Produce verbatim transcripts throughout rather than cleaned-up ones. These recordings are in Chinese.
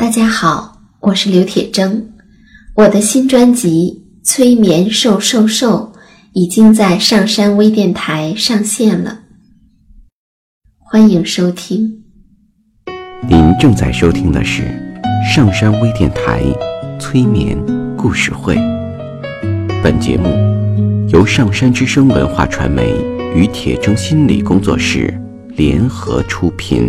大家好，我是刘铁铮。我的新专辑《催眠瘦瘦瘦》已经在上山微电台上线了，欢迎收听。 您正在收听的是上山微电台催眠故事会。本节目由上山之声文化传媒与铁铮心理工作室联合出品。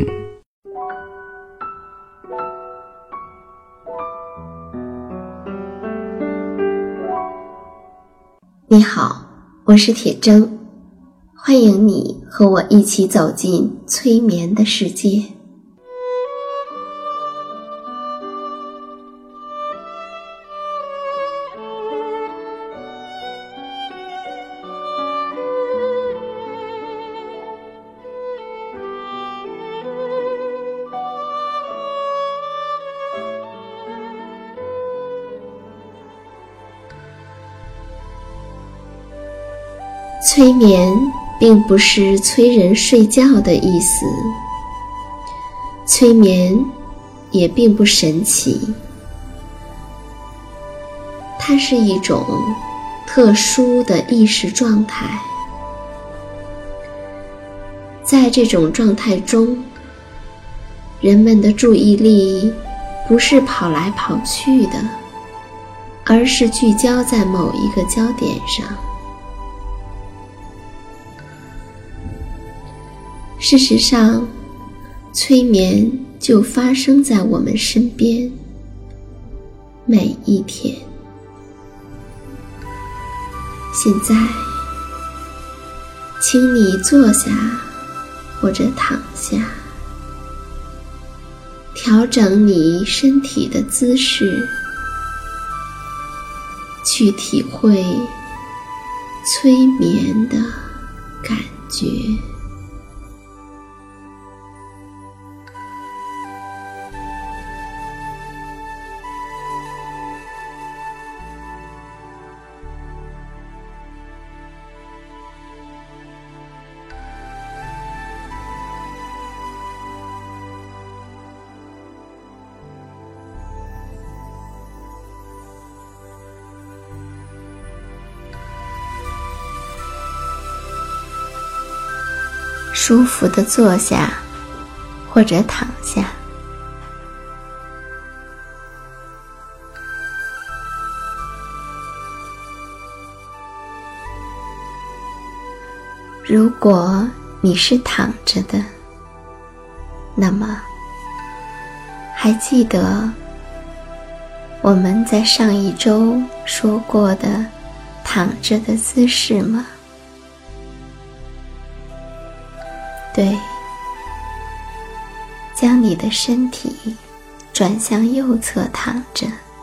你好，我是铁铮，欢迎你和我一起走进催眠的世界。催眠并不是催人睡觉的意思，催眠也并不神奇，它是一种特殊的意识状态。在这种状态中，人们的注意力不是跑来跑去的，而是聚焦在某一个焦点上。事实上，催眠就发生在我们身边，每一天。现在，请你坐下或者躺下，调整你身体的姿势，去体会催眠的感觉。舒服地坐下或者躺下，如果你是躺着的，那么还记得我们在上一周说过的躺着的姿势吗？对，将你的身体转向右侧躺着，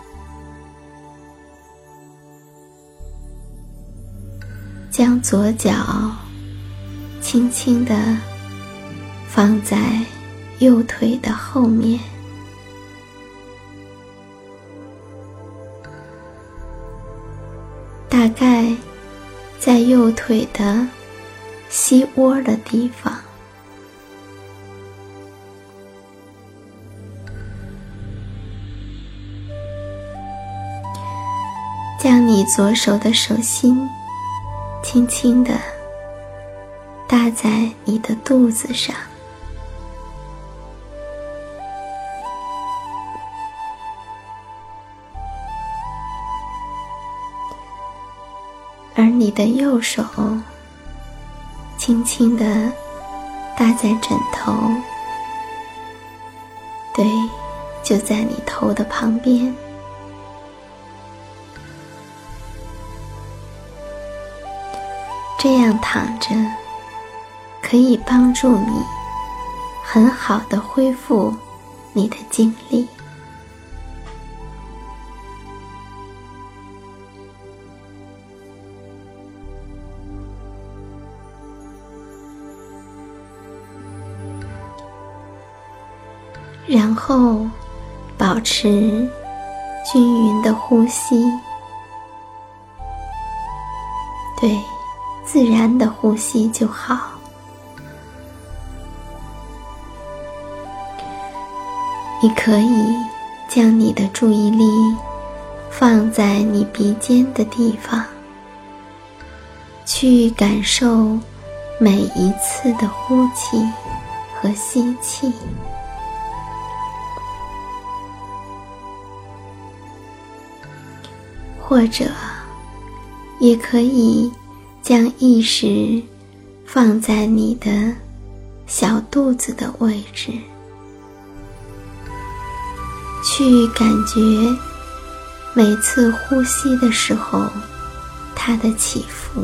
将左脚轻轻地放在右腿的后面，大概在右腿的膝窝的地方。将你左手的手心轻轻地搭在你的肚子上，而你的右手轻轻地搭在枕头，对，就在你头的旁边。这样躺着可以帮助你很好地恢复你的精力。然后保持均匀的呼吸，对，自然的呼吸就好。你可以将你的注意力放在你鼻尖的地方，去感受每一次的呼气和吸气。或者也可以将意识放在你的小肚子的位置，去感觉每次呼吸的时候它的起伏。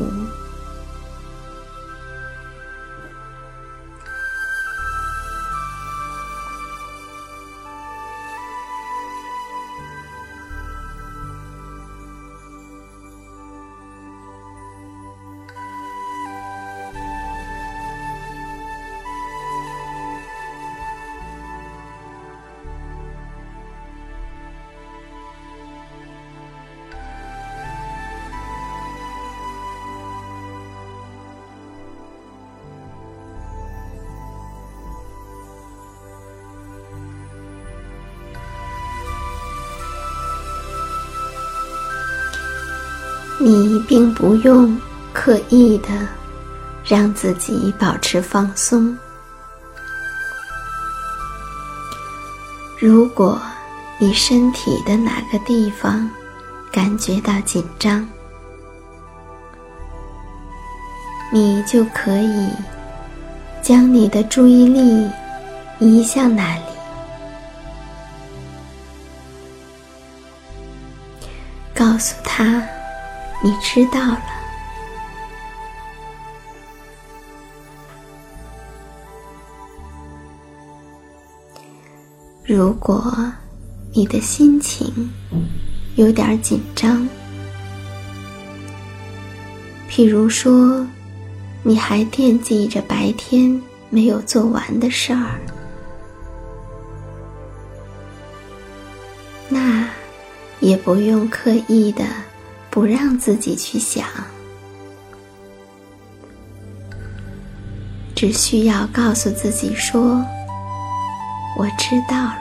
你并不用刻意的让自己保持放松。如果你身体的哪个地方感觉到紧张，你就可以将你的注意力移向那里，告诉他你知道了。如果你的心情有点紧张，譬如说你还惦记着白天没有做完的事儿，那也不用刻意的不让自己去想，只需要告诉自己说，我知道了。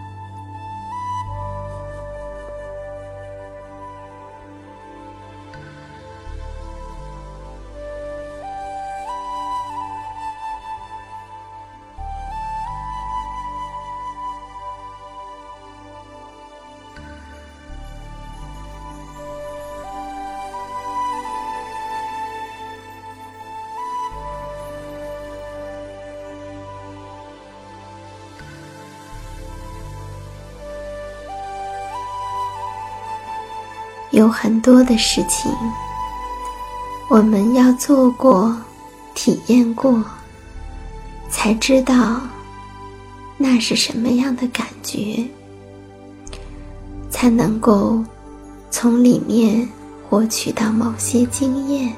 有很多的事情我们要做过体验过，才知道那是什么样的感觉，才能够从里面获取到某些经验。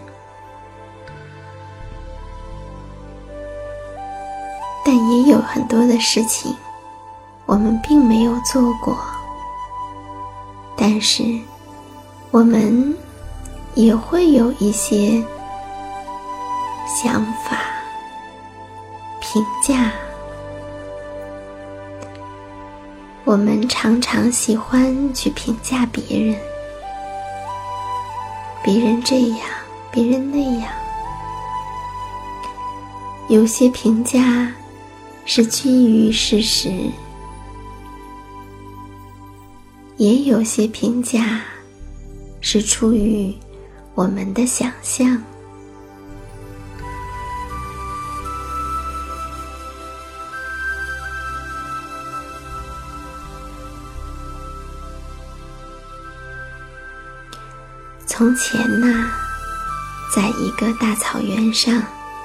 但也有很多的事情我们并没有做过，但是我们也会有一些想法、评价。我们常常喜欢去评价别人，别人这样，别人那样。有些评价是基于事实，也有些评价是出于我们的想象。从前呐，在一个大草原上，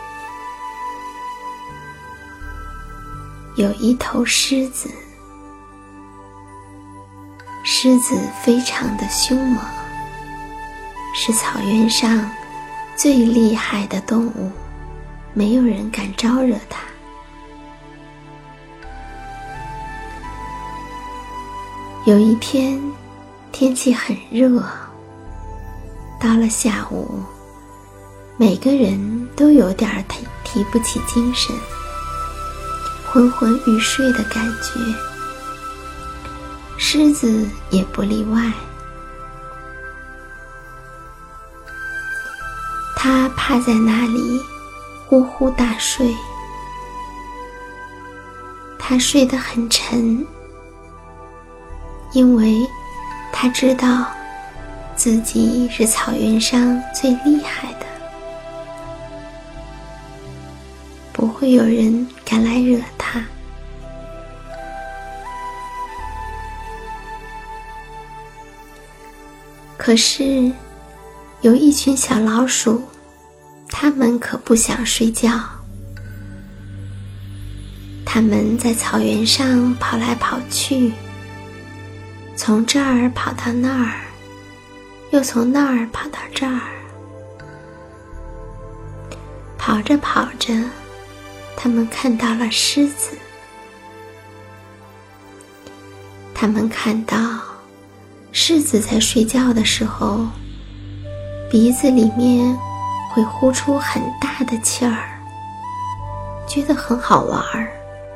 有一头狮子。狮子非常的凶猛，是草原上最厉害的动物，没有人敢招惹它。有一天天气很热，到了下午，每个人都有点提提不起精神，昏昏欲睡的感觉。 狮子也不例外。它趴在那里呼呼大睡，它睡得很沉，因为它知道自己是草原上最厉害的，不会有人敢来惹它。可是有一群小老鼠，它们可不想睡觉。它们在草原上跑来跑去，从这儿跑到那儿，又从那儿跑到这儿。跑着跑着，它们看到了狮子。它们看到狮子在睡觉的时候，鼻子里面会呼出很大的气儿，觉得很好玩儿。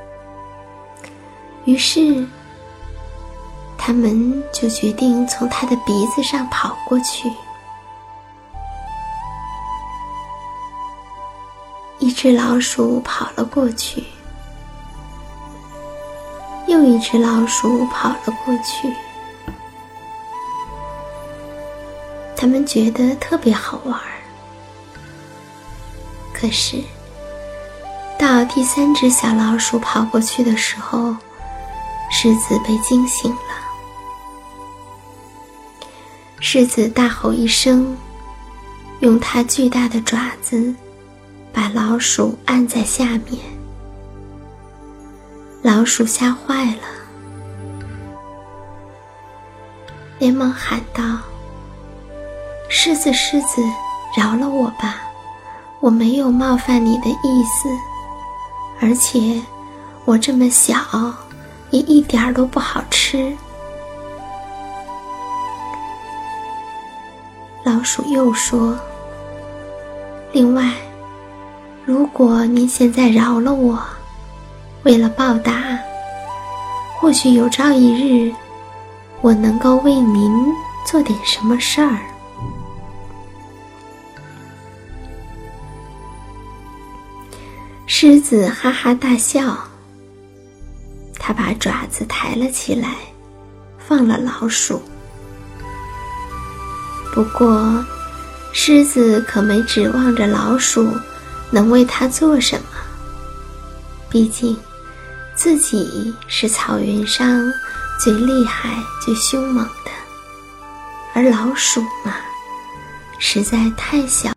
于是他们就决定从他的鼻子上跑过去。一只老鼠跑了过去，又一只老鼠跑了过去。他们觉得特别好玩。可是到第三只小老鼠跑过去的时候，狮子被惊醒了。狮子大吼一声，用它巨大的爪子把老鼠按在下面。老鼠吓坏了，连忙喊道：狮子狮子，饶了我吧，我没有冒犯你的意思，而且我这么小，也一点儿都不好吃。老鼠又说：另外，如果您现在饶了我，为了报答，或许有朝一日，我能够为您做点什么事儿。狮子哈哈大笑，他把爪子抬了起来，放了老鼠。不过，狮子可没指望着老鼠能为他做什么，毕竟自己是草原上最厉害、最凶猛的，而老鼠嘛，实在太小。